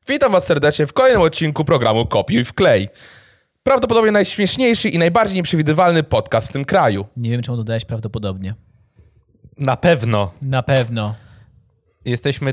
Witam was serdecznie w kolejnym odcinku programu Kopiuj Wklej. Prawdopodobnie najśmieszniejszy i najbardziej nieprzewidywalny podcast w tym kraju. Nie wiem, czemu dodałeś prawdopodobnie. Na pewno. Na pewno. Jesteśmy...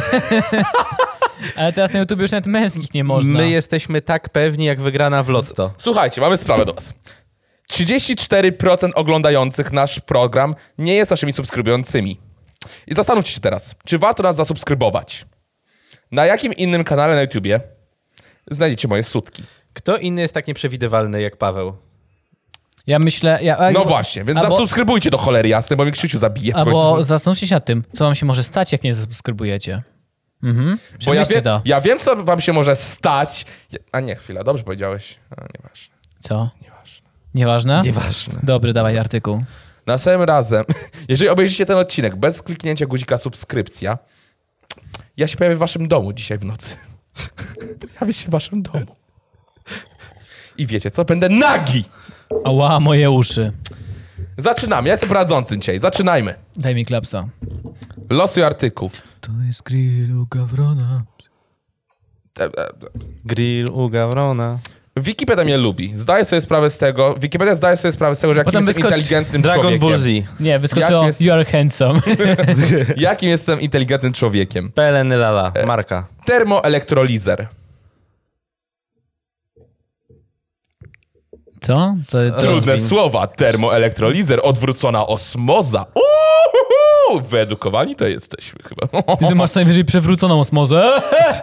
Ale teraz na YouTube już nawet męskich nie można. My jesteśmy tak pewni, jak wygrana w lotto. Słuchajcie, mamy sprawę do was. 34% oglądających nasz program nie jest naszymi subskrybującymi. I zastanówcie się teraz, czy warto nas zasubskrybować? Na jakim innym kanale na YouTubie znajdziecie moje sutki? Kto inny jest tak nieprzewidywalny jak Paweł? Ja myślę... No właśnie, więc zasubskrybujcie do cholery jasnej, bo mi Krzysiu zabije w końcu. Albo zastanówcie się nad tym, co wam się może stać, jak nie zasubskrybujecie. Bo To. ja wiem, co wam się może stać. A nie, chwila, dobrze powiedziałeś. Nieważne. Co? Nieważne. Nieważne? Nieważne. Dobrze, dawaj artykuł. Następnym razem, jeżeli obejrzycie ten odcinek bez kliknięcia guzika subskrypcja, ja się pojawię w waszym domu dzisiaj w nocy. Pojawię się w waszym domu. I wiecie co? Będę nagi! Ała, moje uszy. Zaczynamy. Ja jestem prowadzącym dzisiaj. Zaczynajmy. Daj mi klapsa. Losuj artykuł. To jest grill u Gawrona. Grill u Gawrona. Wikipedia mnie lubi. Zdaję sobie sprawę z tego, Wikipedia zdaje sobie sprawę z tego, że jakim Potem jestem inteligentnym Dragon człowiekiem. Ball Z. Nie, wyskoczyło jest- You are handsome. Jakim jestem inteligentnym człowiekiem. PLN Lala. Marka. Termoelektrolizer. Co? Trudne Rozwiń. słowa. Termoelektrolizer, odwrócona osmoza. Wyedukowani to jesteśmy chyba. Ty masz co najwyżej przewróconą osmozę.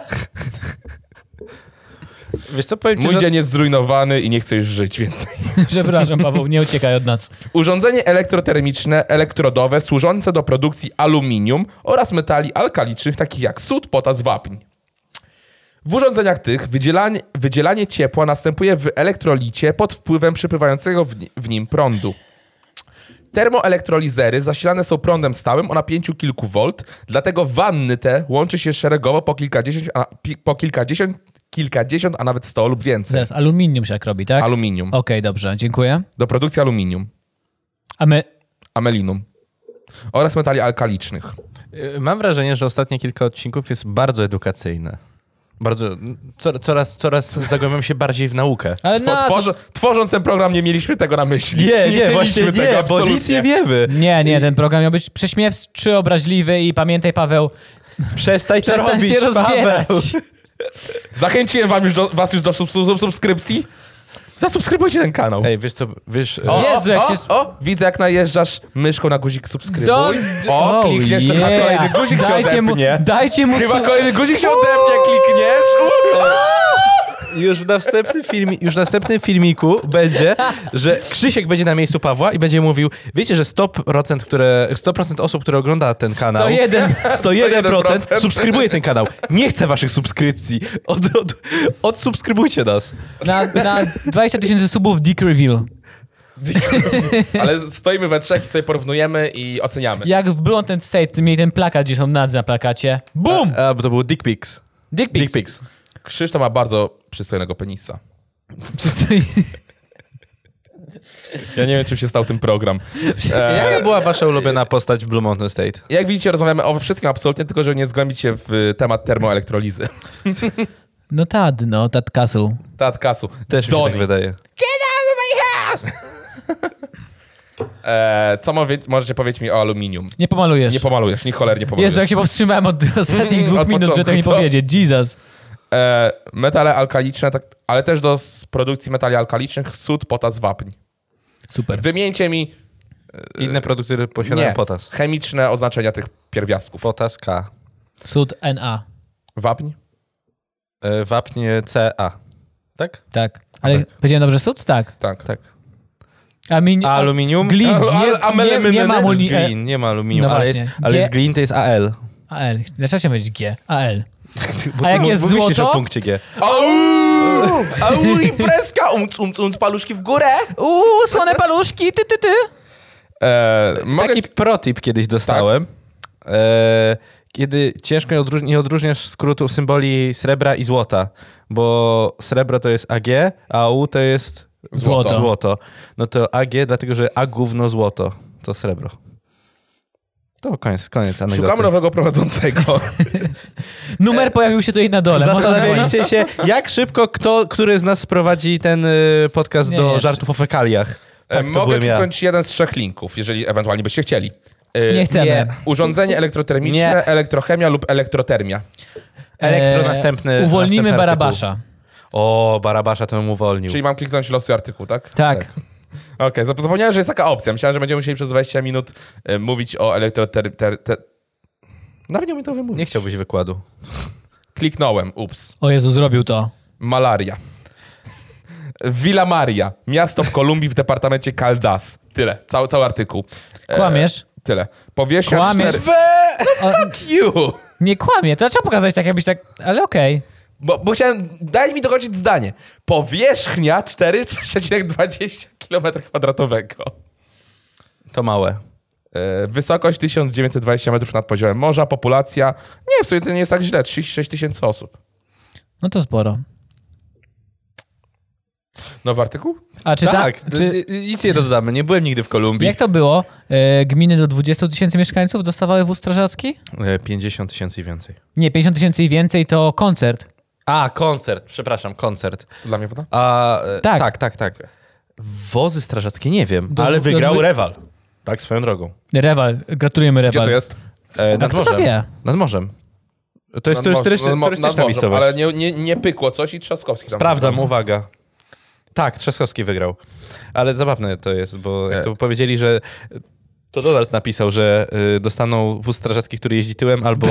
Wiesz co, powiem ci, Mój że... dzień jest zrujnowany i nie chcę już żyć więcej. Przepraszam, Paweł, nie uciekaj od nas. Urządzenie elektrotermiczne, elektrodowe, służące do produkcji aluminium oraz metali alkalicznych, takich jak sód, potas, wapń. W urządzeniach tych wydzielanie ciepła następuje w elektrolicie pod wpływem przepływającego w nim prądu. Termoelektrolizery zasilane są prądem stałym o napięciu kilku volt, dlatego wanny te łączy się szeregowo po kilkadziesiąt, a nawet 100 lub więcej. Zaraz, aluminium się jak robi, tak? Aluminium. Okej, dobrze, dziękuję. Do produkcji aluminium. A my... Amelinum. Oraz metali alkalicznych. Mam wrażenie, że ostatnie kilka odcinków jest bardzo edukacyjne. Bardzo... Coraz zagłębiam się bardziej w naukę. Ale Tworząc ten program nie mieliśmy tego na myśli. właśnie tego, nie, bo absolutnie. nic nie wiemy. Nie, ten program miał być prześmiewczy, obraźliwy i pamiętaj, Paweł, Przestań to przestań robić, się rozbierać. Paweł. Zachęciłem was już do subskrypcji. Zasubskrybujcie ten kanał. Ej, wiesz co, wiesz... Jezu, jak się... Widzę, jak najeżdżasz myszką na guzik subskrybuj. Oh, Klikniesz ten, a yeah. kolejny guzik się odepnie. Dajcie mu... Chyba kolejny guzik się odepnie, klikniesz. Już w następnym filmiku będzie, że Krzysiek będzie na miejscu Pawła i będzie mówił, wiecie, że 100% osób, które ogląda ten kanał, 101% subskrybuje ten kanał. Nie chcę waszych subskrypcji. Odsubskrybujcie nas. Na 20 000 subów Dick Reveal. Ale stoimy we trzech i sobie porównujemy i oceniamy. Jak w Blonde and State mieli ten plakat, gdzie są nadzy na plakacie. BUM! Bo to był Dick Pics. Dick pics. Krzysztof ma bardzo przystojnego penisa. Ja nie wiem, czym się stał ten program. Jaka była wasza ulubiona postać w Blue Mountain State? Jak widzicie, rozmawiamy o wszystkim absolutnie, tylko żeby nie zgłębić się w temat termoelektrolizy. No Tad Castle. Tatkasu. Też mi się tak wydaje. Get out of my house! Co możecie powiedzieć mi o aluminium? Nie pomalujesz. Nie pomalujesz, ni choler nie pomalujesz. Jezu, jak się powstrzymałem od ostatnich 2 Od minut, żeby początku, to nie co? powiedzieć. Jesus. Metale alkaliczne, ale też do produkcji metali alkalicznych sód, potas, wapń. Super. Wymieńcie mi Inne produkty, które posiadają nie, potas. chemiczne oznaczenia tych pierwiastków. Potas K. Sód Na. Wapń? Wapnie CA. Tak? Tak. Ale powiedziałem dobrze sód? Tak. Tak. Tak. Aluminium? Glin. Glin. Nie ma To jest aluminium. glin, nie ma aluminium, No ale właśnie. jest glin, to jest AL. AL. Dlaczego się powiedzieć G? AL. Bo A jak ty jest myślisz złoto? o punkcie G. Imprezka! Paluszki w górę! Słone paluszki, ty. Taki protip kiedyś dostałem. Kiedy ciężko nie odróżniasz skrótów symboli srebra i złota, bo srebro to jest AG, a AU to jest Złoto. złoto. No to AG dlatego, że A gówno złoto to srebro. To koniec anegdoty. Szukamy nowego prowadzącego. Numer pojawił się tutaj na dole. Można Zastanawialiście się, jak szybko który z nas sprowadzi ten podcast do żartów o fekaliach. Tak, to Mogę byłem ja. kliknąć jeden z 3 linków, jeżeli ewentualnie byście chcieli. Nie chcemy. nie. Urządzenie elektrotermiczne, Nie. elektrochemia lub elektrotermia. Następny Uwolnimy artykuł. Barabasza. O, Barabasza to bym uwolnił. Czyli mam kliknąć losuj artykuł, tak? Tak. Okej, zapomniałem, że jest taka opcja. Myślałem, że będziemy musieli przez 20 minut mówić o Nawet nie umiem to wymówić. Nie chciałbyś wykładu. Kliknąłem, ups. O Jezu, zrobił to. Malaria. Villa Maria. Miasto w Kolumbii w departamencie Caldas. Tyle. Cały artykuł. Kłamiesz? Tyle. Powierzchnia Kłamiesz. 4... Fuck you! Nie kłamie. To trzeba pokazać tak, jakbyś tak... Ale okej. Bo chciałem... Daj mi dokończyć zdanie. Powierzchnia 4,20 km². To małe. Wysokość 1920 metrów nad poziomem morza. Populacja... Nie, w sumie to nie jest tak źle. 36 000 osób. No to sporo. Nowy artykuł? A czy Tak, czy, nic nie dodamy. Nie byłem nigdy w Kolumbii. jak to było? Gminy do 20 000 mieszkańców dostawały wóz strażacki? 50 000 i więcej. Nie, 50 000 i więcej to koncert. A, koncert. Przepraszam, koncert. Dla mnie woda? Tak. Wozy strażackie nie wiem, Do- ale do- wygrał do- Rewal. Tak, swoją drogą. Rewal. Gratulujemy, Gdzie Rewal. to jest? Nad kto to morzem. wie? Nad morzem. To jest turystyczna miejscowość. Ale nie pykło coś i Trzaskowski tam Sprawdzam, wygrał. uwaga. Tak, Trzaskowski wygrał. Ale zabawne to jest, bo jak to powiedzieli, że to Donald napisał, że dostaną wóz strażacki, który jeździ tyłem, albo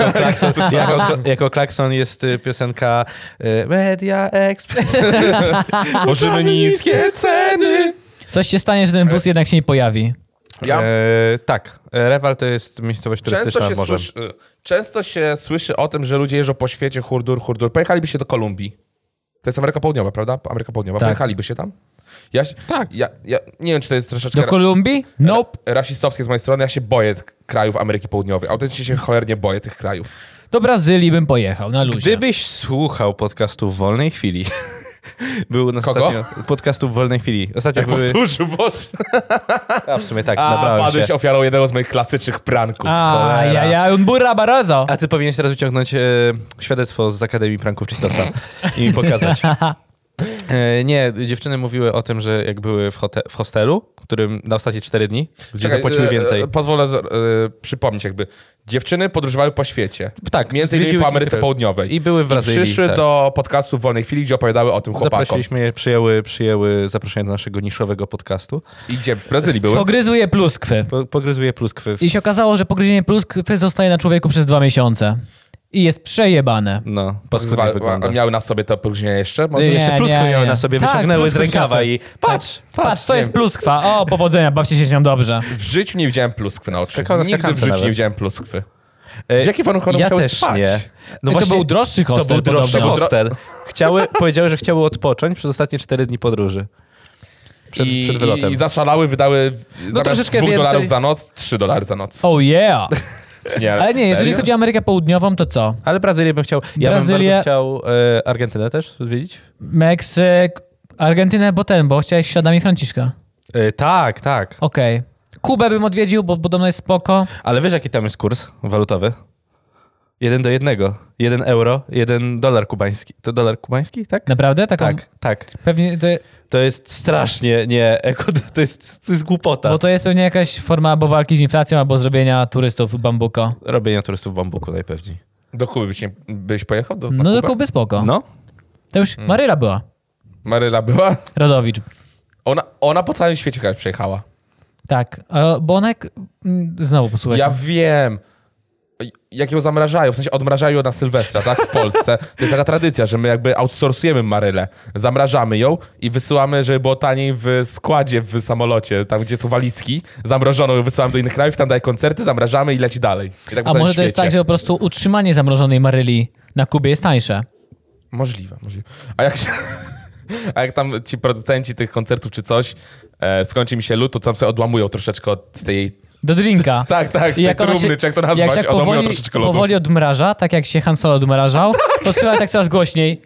jako klakson jest piosenka Media Express. Tworzymy niskie ceny. Coś się stanie, że ten wóz jednak się nie pojawi. Ja Tak, Rewal to jest miejscowość turystyczna nad morzem. Często się słyszy o tym, że ludzie jeżdżą po świecie, hurdur. Pojechaliby się do Kolumbii. To jest Ameryka Południowa, prawda? Ameryka Południowa. Tak. Pojechaliby się tam? Tak. Ja nie wiem, czy to jest troszeczkę Do Kolumbii? Nope. rasistowskie z mojej strony. Ja się boję krajów Ameryki Południowej. Autentycznie się cholernie boję tych krajów. Do Brazylii bym pojechał, na luzie. Gdybyś słuchał podcastu w wolnej chwili. Był ostatnio podcastu w wolnej chwili. Ostatnio były... Powtórzył, Boże. A, w sumie tak, nabrałem Padłeś się. ofiarą jednego z moich klasycznych pranków. Ja, burra Barroso. A ty powinieneś teraz wyciągnąć świadectwo z Akademii Pranków Cheetosa i mi pokazać. Nie, dziewczyny mówiły o tym, że jak były w hostelu, którym na ostatnie 4 dni, gdzie zapłaciły więcej. Pozwolę przypomnieć jakby. Dziewczyny podróżowały po świecie. Tak, Między innymi zwiedziły po Ameryce kilka- Południowej. I były w Brazylii. przyszły tak. do podcastu w wolnej chwili, gdzie opowiadały o tym chłopakom. Zaprosiliśmy je, przyjęły zaproszenie do naszego niszowego podcastu. I gdzie w Brazylii były? Pogryzuje pluskwy. Pogryzuje pluskwy. I się okazało, że pogryzienie pluskwy zostaje na człowieku przez 2 miesiące. I jest przejebane. No, paskudnie wygląda. Miały na sobie to później jeszcze? Może Nie, Jeszcze pluskwy nie, miały nie. na sobie, Tak, wyciągnęły z pluskwy rękawa czasem. i Tak. Patrz, to jest pluskwa. O, powodzenia, bawcie się z nią dobrze. W życiu nie widziałem pluskwy na oczach. Skakał na Nigdy w skakance życiu nawet. nie widziałem pluskwy. W jakie warunki one ja musiały też spać? nie. No To właśnie, był droższy hostel. to był droższy podobno. hostel. Powiedziały, że chciały odpocząć przez ostatnie 4 dni podróży. Przed wylotem. I zaszalały, wydały zamiast troszeczkę $2 więcej. za noc, $3 za noc. Oh yeah. Nie, Ale nie, jeżeli serio? chodzi o Amerykę Południową, to co? Ale Brazylię bym chciał. Ja bym Brazylię- bardzo chciał Argentynę też odwiedzić. Meksyk, Argentynę, bo chciałeś śladami Franciszka. Tak. Okej. Kubę bym odwiedził, bo podobno jest spoko. Ale wiesz, jaki tam jest kurs walutowy? 1:1. 1 euro, $1 kubański. To dolar kubański, tak? Naprawdę? Taką, Tak. Pewnie, To jest strasznie, to jest głupota. bo to jest pewnie jakaś forma albo walki z inflacją, albo zrobienia turystów bambuko. Robienia turystów w bambuku najpewniej. Do Kuby byś pojechał? No do Kuby spoko. No? To już Maryla była. Maryla była? Rodowicz. Ona po całym świecie chyba przejechała. Tak, bo ona znowu posłuchaj. Ja wiem. Jak ją zamrażają, w sensie odmrażają ją na Sylwestra, tak? W Polsce. To jest taka tradycja, że my jakby outsourcujemy Marylę. Zamrażamy ją i wysyłamy, żeby było taniej w składzie w samolocie, tam gdzie są walizki. Zamrożoną ją wysyłamy do innych krajów, tam daje koncerty, zamrażamy i leci dalej. I tak po A całym może to jest świecie. tak, że po prostu utrzymanie zamrożonej Maryli na Kubie jest tańsze? Możliwe. A jak tam ci producenci tych koncertów czy coś, skończy mi się lód, to tam sobie odłamują troszeczkę z tej... Do drinka. Tak, z I tej trumny, czy jak to nazwać, jak odłamują troszeczkę lodu. powoli odmraża, tak jak się Han Solo odmrażał, to słychać jak coraz głośniej.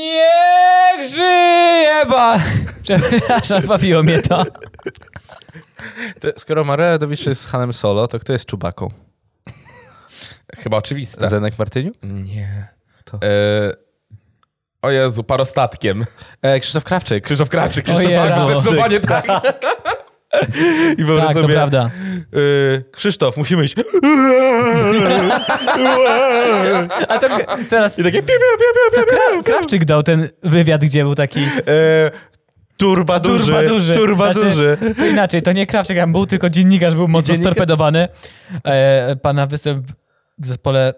Niech żyje Przepraszam, bawiło mnie to. Skoro Marelewicz jest z Hanem Solo, to kto jest Czubaką? Chyba oczywiste. Zenek Martyniuk? Nie. To. O Jezu, parostatkiem. Krzysztof Krawczyk. Krzysztof Krawczyk. O Jezu. Zdecydowanie tak. I wyobraź Tak, to sobie, prawda. Krzysztof, musimy iść. A to teraz I takie Krawczyk dał ten wywiad, gdzie był taki turba duży. Znaczy, to inaczej, to nie Krawczyk tam był, tylko dziennikarz był mocno storpedowany. Pana występ w zespole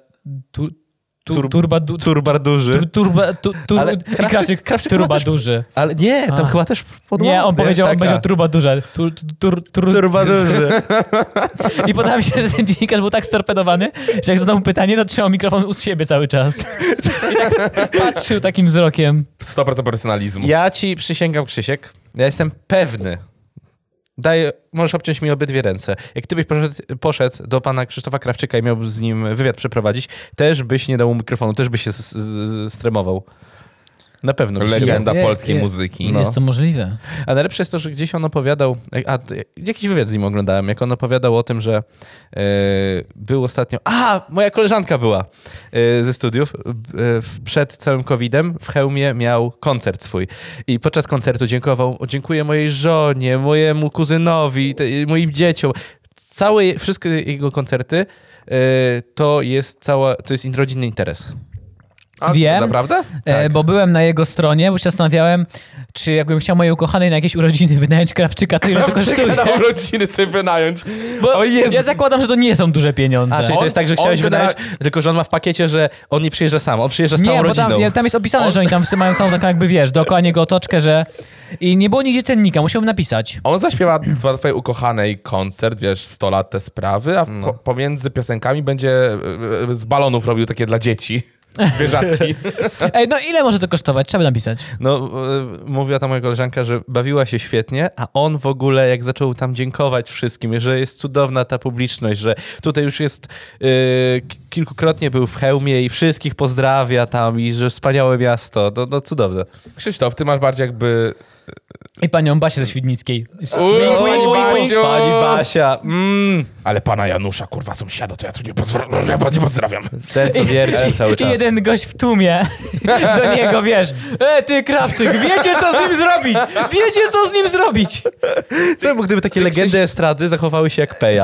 Turba duży. Ale Krawczyk Turba duży. Ale nie, tam chyba też podłączył. Nie, on powiedział Turba duża. Turba duży. I podoba mi się, że ten dziennikarz był tak storpedowany, że jak zadał mu pytanie, to trzymał mikrofon u siebie cały czas. I tak patrzył takim wzrokiem. 100% profesjonalizmu. Ja ci przysięgam, Krzysiek, ja jestem pewny. Możesz obciąć mi obydwie ręce. Jak ty byś poszedł do pana Krzysztofa Krawczyka i miał z nim wywiad przeprowadzić, też byś nie dał mu mikrofonu, też byś się stremował. Na pewno. Legenda polskiej muzyki. No. Jest to możliwe. A najlepsze jest to, że gdzieś on opowiadał, jakiś wywiad z nim oglądałem, jak on opowiadał o tym, że był ostatnio, moja koleżanka była ze studiów, przed całym COVID-em w Chełmie miał koncert swój i podczas koncertu dziękuję mojej żonie, mojemu kuzynowi, moim dzieciom. Wszystkie jego koncerty to jest rodzinny interes. A, Wiem, naprawdę? Tak. bo byłem na jego stronie, bo się zastanawiałem, czy jakbym chciał mojej ukochanej na jakieś urodziny wynająć Krawczyka, to ile to kosztuje. Na urodziny sobie wynająć. Bo ja zakładam, że to nie są duże pieniądze. Czyli to jest tak, że chciałeś wynająć, tylko że on ma w pakiecie, że on nie przyjeżdża sam, on przyjeżdża z całą rodziną. Nie, bo tam jest opisane, że oni tam mają całą taką jakby, dookoła niego otoczkę, że... I nie było nigdzie cennika, musiałbym napisać. On zaśpiewa dla twojej ukochanej koncert, 100 lat te sprawy, a pomiędzy piosenkami będzie z balonów robił takie dla dzieci. Zwierzaki. Ej, no ile może to kosztować? Trzeba napisać. No, mówiła ta moja koleżanka, że bawiła się świetnie, a on w ogóle jak zaczął tam dziękować wszystkim, że jest cudowna ta publiczność, że tutaj już jest kilkukrotnie był w Chełmie i wszystkich pozdrawia tam i że wspaniałe miasto. No cudowne. Krzysztof, ty masz bardziej jakby... I panią Basię ze Świdnickiej. Pani Basia. Ale pana Janusza, kurwa, sąsiada, to ja tu nie pozdrawiam. Ten, co wierci cały czas. I jeden gość w tłumie do niego, ty Krawczyk, wiecie co z nim zrobić? Wiecie co z nim zrobić? Co, bo gdyby takie legendy estrady zachowały się jak Peja.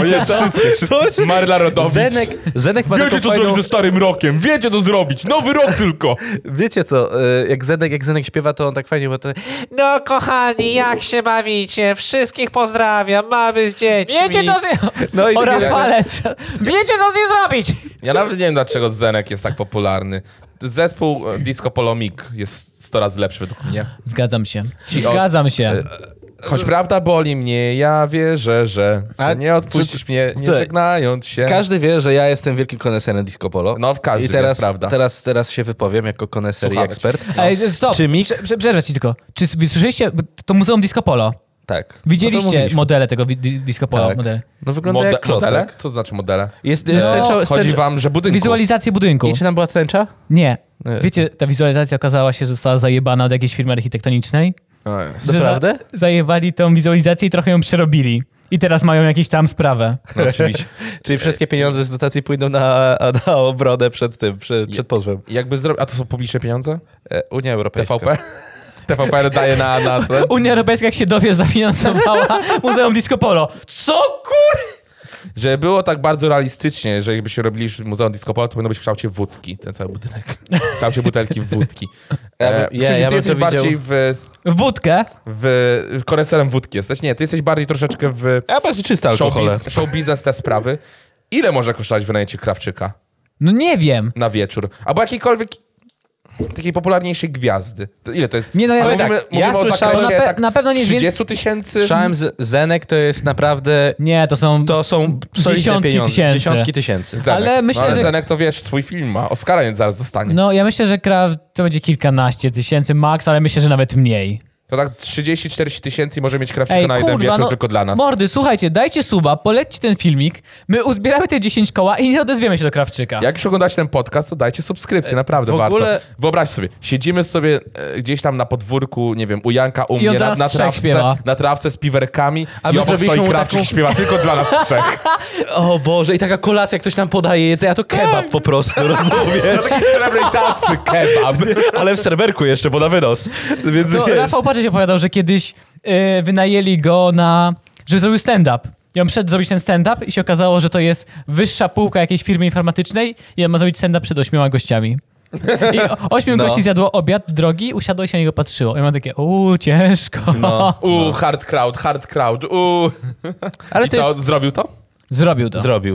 Wszystkie. Marla Rodowicz. Zenek ma Wiecie taką co fajną... zrobić ze starym rokiem, wiecie co zrobić, nowy rok tylko. Wiecie co, jak Zenek śpiewa, to on tak fajnie, bo to... No kochani, jak się bawicie? Wszystkich pozdrawiam, mamy z dziećmi. Wiecie co z nim... No i o Rafale, wiecie co z nim zrobić? Ja nawet nie wiem, dlaczego Zenek jest tak popularny. Zespół Disco Polo Mik jest 100 razy lepszy według mnie. Zgadzam się. Zgadzam się. Choć prawda boli mnie, ja wierzę, że nie odpuścisz mnie, nie żegnając się. Każdy wie, że ja jestem wielkim koneserem disco polo. No, każdy I teraz, wie, prawda. Teraz się wypowiem jako koneser i ekspert. Ej, stop, Czy przerwę ci tylko. Czy słyszeliście, to Muzeum Disco Polo? Tak. Widzieliście modele tego Disco Polo? Tak. Modele. No wygląda jak klocek. Modele? Co to znaczy modele? Jest Chodzi wam, że budynku. Wizualizację budynku. I czy tam była tęcza? Nie. Wiecie, ta wizualizacja okazała się, że została zajebana od jakiejś firmy architektonicznej. Naprawdę? Zajebali tą wizualizację i trochę ją przerobili. I teraz mają jakieś tam sprawę. No, oczywiście. Czyli wszystkie pieniądze z dotacji pójdą na obronę przed pozwem. A to są publiczne pieniądze? Unia Europejska. TVP? TVP daje na ten? Unia Europejska, jak się dowie, zafinansowała Muzeum Disco Polo. Co kur... Że było tak bardzo realistycznie, że jakbyśmy robili Muzeum Disco Polo, to powinno być w kształcie wódki, ten cały budynek. W kształcie butelki wódki. Ja ty bym jesteś to bardziej Wódkę? koneserem wódki jesteś? Nie, ty jesteś bardziej troszeczkę Ja bardziej czyste alkohole. Show biznes, te sprawy. Ile może kosztować wynajęcie Krawczyka No nie wiem. na wieczór? Albo jakiejkolwiek takiej popularniejszej gwiazdy. To ile to jest? Nie, no ja mówimy o słyszałem, zakresie na pewno nie 30 tysięcy? Słyszałem, Zenek to jest naprawdę... Nie, to są dziesiątki tysięcy. Dziesiątki tysięcy. Zenek. Ale myślę, ale że... Zenek to wiesz, swój film ma. Oscara zaraz dostanie. No ja myślę, że to będzie kilkanaście tysięcy max, ale myślę, że nawet mniej. To tak 30-40 tysięcy może mieć krawczyka na jeden wieczór tylko dla nas. Mordy, słuchajcie, dajcie suba, polećcie ten filmik, my uzbieramy te 10 koła i nie odezwiemy się do krawczyka. Jak już oglądacie ten podcast, to dajcie subskrypcję, naprawdę w ogóle... warto. Wyobraź sobie, siedzimy sobie gdzieś tam na podwórku, nie wiem, u Janka, u mnie, na trawce z piwerkami i obok stoi krawczyk i śpiewa tylko dla nas trzech. O Boże, i taka kolacja, jak ktoś nam podaje jedzenie, a to kebab po prostu, rozumiesz? To taki srebrnej tacy kebab. Ale w serwerku jeszcze, bo na wynos. Więc to Rafał Paczeć opowiadał, że kiedyś wynajęli go żeby zrobił stand-up. I on wszedł zrobić ten stand-up i się okazało, że to jest wyższa półka jakiejś firmy informatycznej i on ma zrobić stand-up przed 8 gościami. I 8 gości zjadło obiad drogi, usiadło i się na niego patrzyło. I mam takie, ciężko. Hard crowd, Ale i co, zrobił to? Zrobił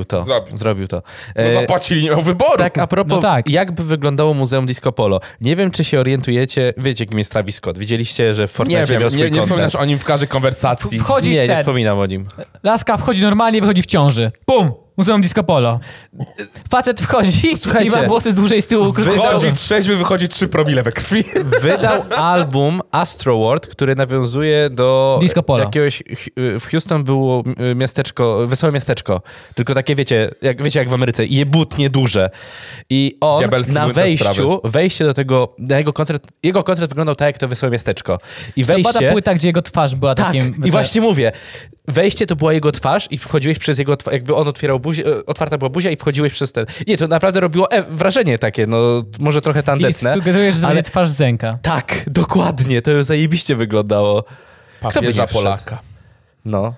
to. No zapłacili, nie miał wyboru. Tak, a propos, jakby wyglądało Muzeum Disco Polo. Nie wiem, czy się orientujecie, wiecie, kim jest Travis Scott. Widzieliście, że w Fortnite miał swój koncert. Nie wspominasz o nim w każdej konwersacji. Nie wspominam o nim. Laska wchodzi normalnie, wychodzi w ciąży. Pum! Muzeum Disco Polo. Facet wchodzi i ma włosy dłużej z tyłu. Wchodzi trzeźwy, wychodzi 3 promile we krwi. Wydał album Astroworld, który nawiązuje do Disco Polo. Jakiegoś... W Houston było miasteczko, wesołe miasteczko. Tylko takie, wiecie jak w Ameryce, jebutnie duże. I on na wejście do tego, na jego koncert wyglądał tak, jak to wesołe miasteczko. I wejście... To była ta płyta, gdzie jego twarz była takim... I właśnie mówię. Wejście to była jego twarz i wchodziłeś przez jego twarz, jakby on otwierał buzię, otwarta była buzia i wchodziłeś przez ten... Nie, to naprawdę robiło wrażenie takie, może trochę tandetne. I sugerujesz, że to będzie twarz Zenka. Tak, dokładnie, to zajebiście wyglądało. Papieża Polaka. No.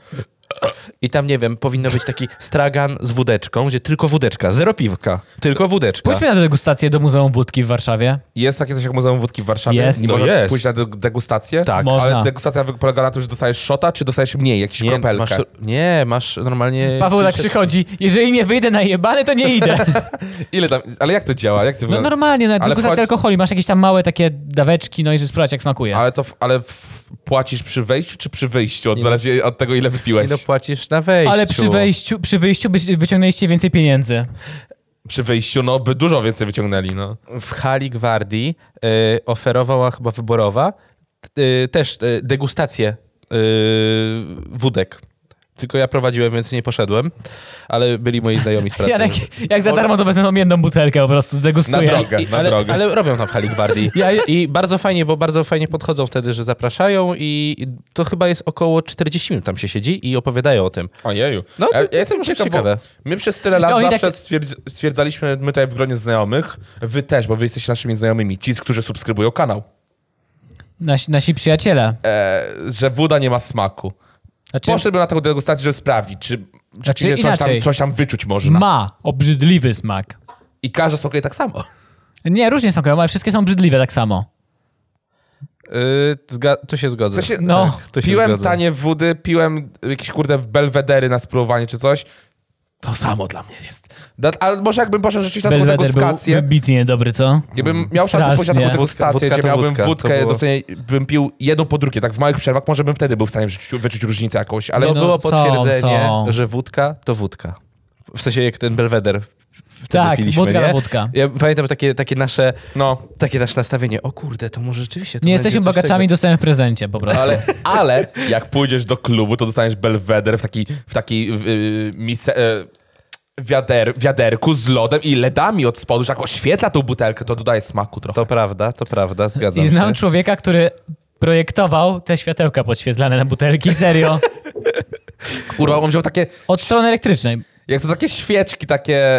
I tam, nie wiem, powinno być taki stragan z wódeczką, gdzie tylko wódeczka, zero piwka, tylko wódeczka. Pójdźmy na degustację do Muzeum Wódki w Warszawie. Jest takie coś jak Muzeum Wódki w Warszawie? Jest. Nie można pójść na degustację? Tak. Można. Ale degustacja polega na tym, że dostajesz szota, czy dostajesz mniej, jakąś kropelkę? Masz normalnie... Paweł tak przychodzi, jeżeli nie wyjdę na jebany, to nie idę. Ile tam... Ale jak to działa? No normalnie, na degustacji alkoholi masz jakieś tam małe takie daweczki, no i że spróbować jak smakuje. Ale płacisz przy wejściu, czy przy wyjściu? Zależy od tego, ile wypiłeś. No płacisz na wejściu. Ale przy wyjściu wyciągnęliście więcej pieniędzy. Przy wyjściu, by dużo więcej wyciągnęli, no. W hali Gwardii oferowała chyba wyborowa też degustację wódek. Tylko ja prowadziłem, więc nie poszedłem, ale byli moi znajomi z pracy. Janek, jak za darmo to wezmą jedną butelkę po prostu, degustuję. Na drogę. Ale robią tam w hali Gwardii. I bardzo fajnie, bo bardzo fajnie podchodzą wtedy, że zapraszają i to chyba jest około 40 minut tam się siedzi i opowiadają o tym. Ojeju. No, ja jestem ciekawy. My przez tyle lat zawsze stwierdzaliśmy, my tutaj w gronie znajomych, wy też, bo wy jesteście naszymi znajomymi, ci, którzy subskrybują kanał. Nasi przyjaciele. Że woda nie ma smaku. Poszedłbym na taką degustację, żeby sprawdzić, czy coś tam wyczuć można. Ma obrzydliwy smak. I każda smakuje tak samo. Nie, różnie smakują, ale wszystkie są obrzydliwe tak samo. Tu się zgodzę. Piłem tanie wody, piłem jakieś Belwedery na spróbowanie czy coś. To samo dla mnie jest. Ale może jakbym poszedł rzeczywiście na taką degustację... był wybitnie dobry, co? Jakbym miał szansę pójść na taką degustację, gdzie miałbym wódkę, dosłownie bym pił jedną po drugiej, tak w małych przerwach, może bym wtedy był w stanie wyczuć różnicę jakąś, ale... To było potwierdzenie, że wódka to wódka. W sensie jak ten Belweder. Tak, piliśmy, wódka nie? na wódka. Ja pamiętam takie nasze nastawienie. O kurde, to może rzeczywiście... To nie jesteśmy bogaczami, dostajemy w prezencie po prostu. Ale jak pójdziesz do klubu, to dostaniesz Belweder w takiej wiaderku z lodem i ledami od spodu, że jak oświetla tą butelkę, to dodaje smaku trochę. To prawda, zgadzam się. I znam człowieka, który projektował te światełka podświetlane na butelki, serio. Kurwa, on wziął takie... Od strony elektrycznej. Jak to takie świeczki, takie...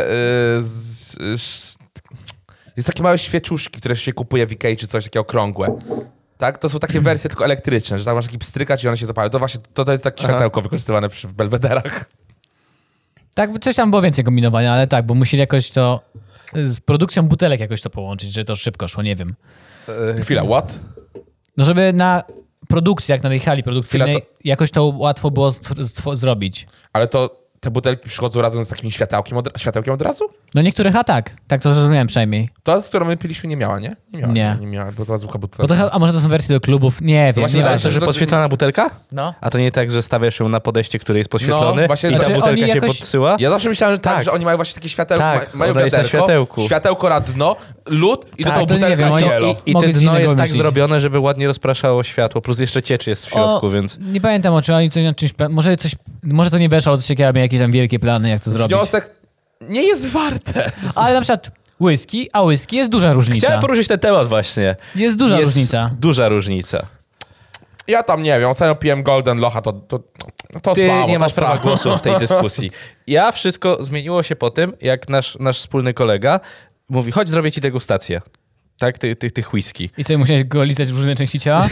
jest takie małe świeczuszki, które się kupuje w Ikei, czy coś takie okrągłe. Tak? To są takie wersje tylko elektryczne, że tam masz taki pstrykacz i one się zapalają. To właśnie to jest takie światełko wykorzystywane przy Belwederach. Tak, coś tam było więcej kombinowania, ale tak, bo musieli jakoś to z produkcją butelek jakoś to połączyć, że to szybko szło, nie wiem. Chwila, what? No żeby na produkcji, jak na tej hali produkcyjnej, jakoś to łatwo było zrobić. Ale to te butelki przychodzą razem z takim światełkiem od razu? No niektórych tak to zrozumiałem przynajmniej. To, którą my piliśmy, nie miała, nie? Nie miała, bo to była zwykła butelka. A może to są wersje do klubów? Nie wiem, właśnie nie wydaje wiem. się, Że to- podświetlana butelka? No. A to nie tak, że stawiasz ją na podejście, który jest podświetlony No, właśnie i ta znaczy, butelka oni się jakoś- podsyła? Ja zawsze myślałem, że tak, Tak. że oni mają właśnie takie światełko, Tak, mają ona jest na światełku. światełko na dno, lód i Tak, do tą to nie butelkę wiem, oni- jelo. I Mogę te coś dno innego jest tak wymyślić. zrobione, żeby ładnie rozpraszało światło, plus jeszcze ciecz jest w środku, więc... Nie pamiętam o czym, oni coś na czymś... Może to nie weszło, ale coś takiego, miałem jakieś tam wielkie plany, jak to zrobić. Wniosek nie jest warte. Ale na przykład whisky jest duża różnica. Chciałem poruszyć ten temat właśnie. Jest duża różnica. Duża różnica. Ja tam nie wiem, ostatnio piłem Golden Locha, to Ty słabo. nie masz to prawa słabo. głosu w tej dyskusji. Ja wszystko zmieniło się po tym, jak nasz wspólny kolega mówi, chodź zrobię ci degustację. Tak, tych whisky. I co, musiałeś go lizać w różne części ciała?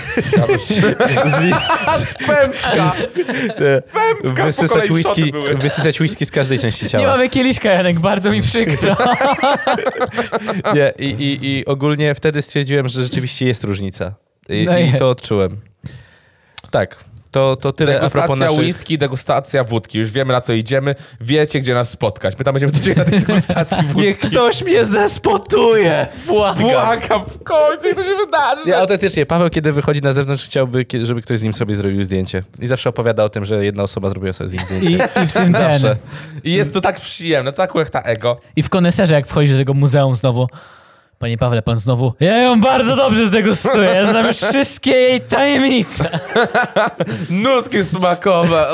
Pępka! Pępka po kolei szoty były. Wysysać whisky z każdej części ciała. Nie mamy kieliszka, Janek, bardzo mi przykro. Nie, i ogólnie wtedy stwierdziłem, że rzeczywiście jest różnica. No I jest. to odczułem. Tak, to tyle a propos Degustacja naszych... whisky, degustacja wódki. Już wiemy, na co idziemy. Wiecie, gdzie nas spotkać. My tam będziemy tydzień na tej degustacji wódki. Niech ktoś mnie zespotuje! Błagam, w końcu i to się wydarzy. Nie, autentycznie, Paweł, kiedy wychodzi na zewnątrz, chciałby, żeby ktoś z nim sobie zrobił zdjęcie. I zawsze opowiada o tym, że jedna osoba zrobiła sobie z nim zdjęcie. I w tym Zawsze. I jest to tak przyjemne, tak łechta ego. I w koneserze, jak wchodzisz do tego muzeum znowu, panie Pawle, pan znowu, ja ją bardzo dobrze zdegustuję, ja znam już wszystkie jej tajemnice. Nutki smakowe.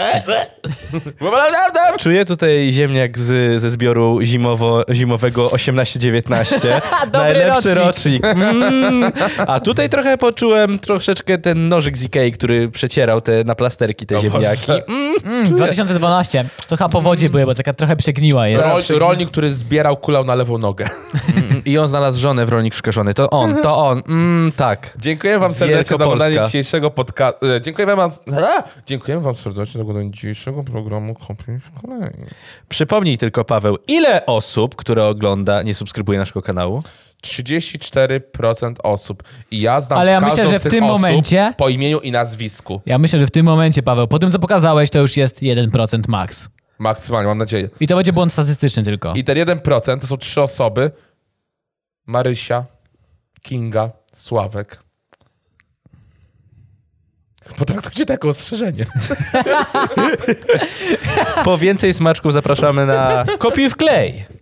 Czuję tutaj ziemniak ze zbioru zimowego 18-19. Dobry Najlepszy rocznik. A tutaj trochę poczułem troszeczkę ten nożyk z Ikei, który przecierał te naplasterki, te ziemniaki. 2012. To chyba po wodzie były, bo taka trochę przegniła jest. Rolnik, który zbierał kulał na lewą nogę. I on znalazł żonę w Rolnik Szuka Żony. To on. Tak. Dziękuję wam serdecznie za Wielkopolska. oglądanie dzisiejszego podcastu. Dziękuję wam serdecznie za oglądanie dzisiejszego programu Kopiuj w kolei. Przypomnij tylko, Paweł, ile osób, które ogląda, nie subskrybuje naszego kanału? 34% osób. I ja znam Ale ja każdą myślę, że z w tych tym osób momencie- po imieniu i nazwisku. Ja myślę, że w tym momencie, Paweł, po tym, co pokazałeś, to już jest 1% max. Maksymalnie, mam nadzieję. I to będzie błąd statystyczny tylko. I ten 1% to są 3 osoby. Marysia, Kinga, Sławek. Potraktujcie to jako ostrzeżenie. Po więcej smaczków zapraszamy na Kopiuj w klej.